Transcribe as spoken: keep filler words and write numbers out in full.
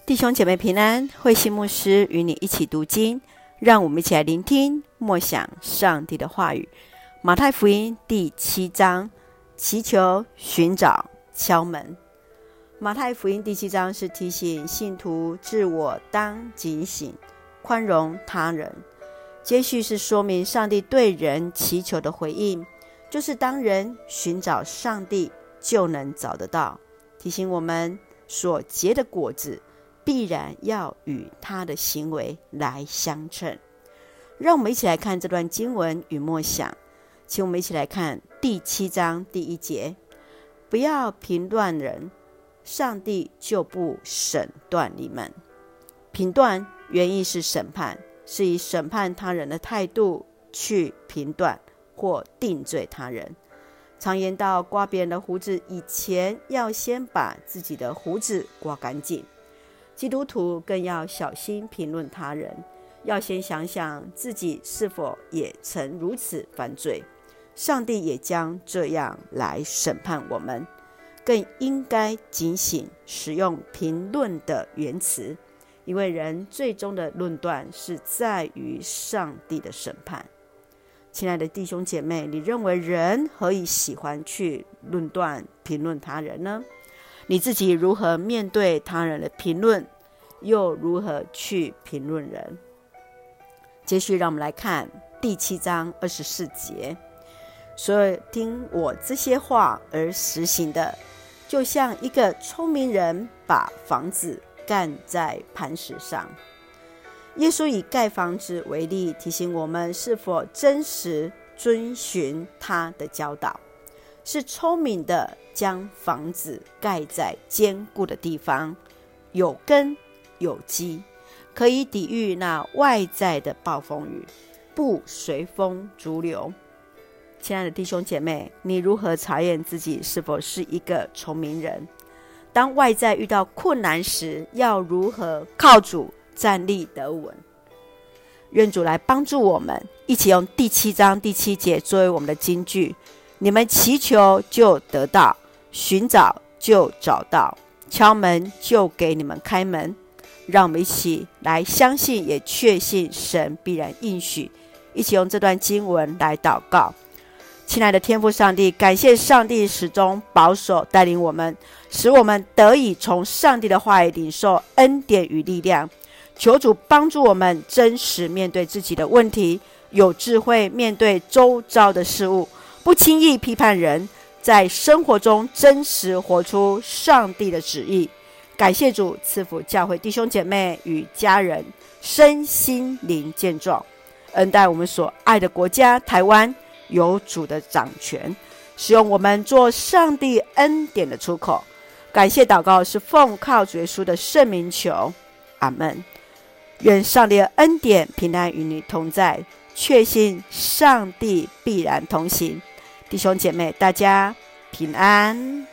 弟兄姐妹平安，慧馨牧师与你一起读经，让我们一起来聆听默想上帝的话语。马太福音第七章，祈求、寻找、敲门。马太福音第七章是提醒信徒自我当警醒，宽容他人。接续是说明上帝对人祈求的回应，就是当人寻找上帝就能找得到，提醒我们所结的果子必然要与他的行为来相称。让我们一起来看这段经文与默想，请我们一起来看第七章第一节，不要评断人，上帝就不审断你们。评断原意是审判，是以审判他人的态度去评断或定罪他人。常言道，刮别人的胡子以前要先把自己的胡子刮干净。基督徒更要小心评论他人，要先想想自己是否也曾如此犯罪，上帝也将这样来审判我们。更应该警醒使用评论的言辞，因为人最终的论断是在于上帝的审判。亲爱的弟兄姐妹，你认为人何以喜欢去论断评论他人呢？你自己如何面对他人的评论，又如何去评论人？接续让我们来看第七章二十四节，所以听我这些话而实行的，就像一个聪明人把房子盖在磐石上。耶稣以盖房子为例，提醒我们是否真实遵循他的教导，是聪明的将房子盖在坚固的地方，有根有基，可以抵御那外在的暴风雨，不随风逐流。亲爱的弟兄姐妹，你如何查验自己是否是一个聪明人？当外在遇到困难时，要如何靠主站立得稳？愿主来帮助我们，一起用第七章第七节作为我们的金句：你们祈求就得到，寻找就找到，敲门就给你们开门。让我们一起来相信，也确信神必然应许。一起用这段经文来祷告。亲爱的天父上帝，感谢上帝始终保守带领我们，使我们得以从上帝的话语领受恩典与力量。求主帮助我们真实面对自己的问题，有智慧面对周遭的事物，不轻易批判人，在生活中真实活出上帝的旨意。感谢主赐福教会弟兄姐妹与家人身心灵健壮，恩待我们所爱的国家台湾有主的掌权，使用我们做上帝恩典的出口。感谢祷告是奉靠主耶稣的圣名求，阿们。愿上帝的恩典平安与你同在，确信上帝必然同行。弟兄姐妹，大家平安。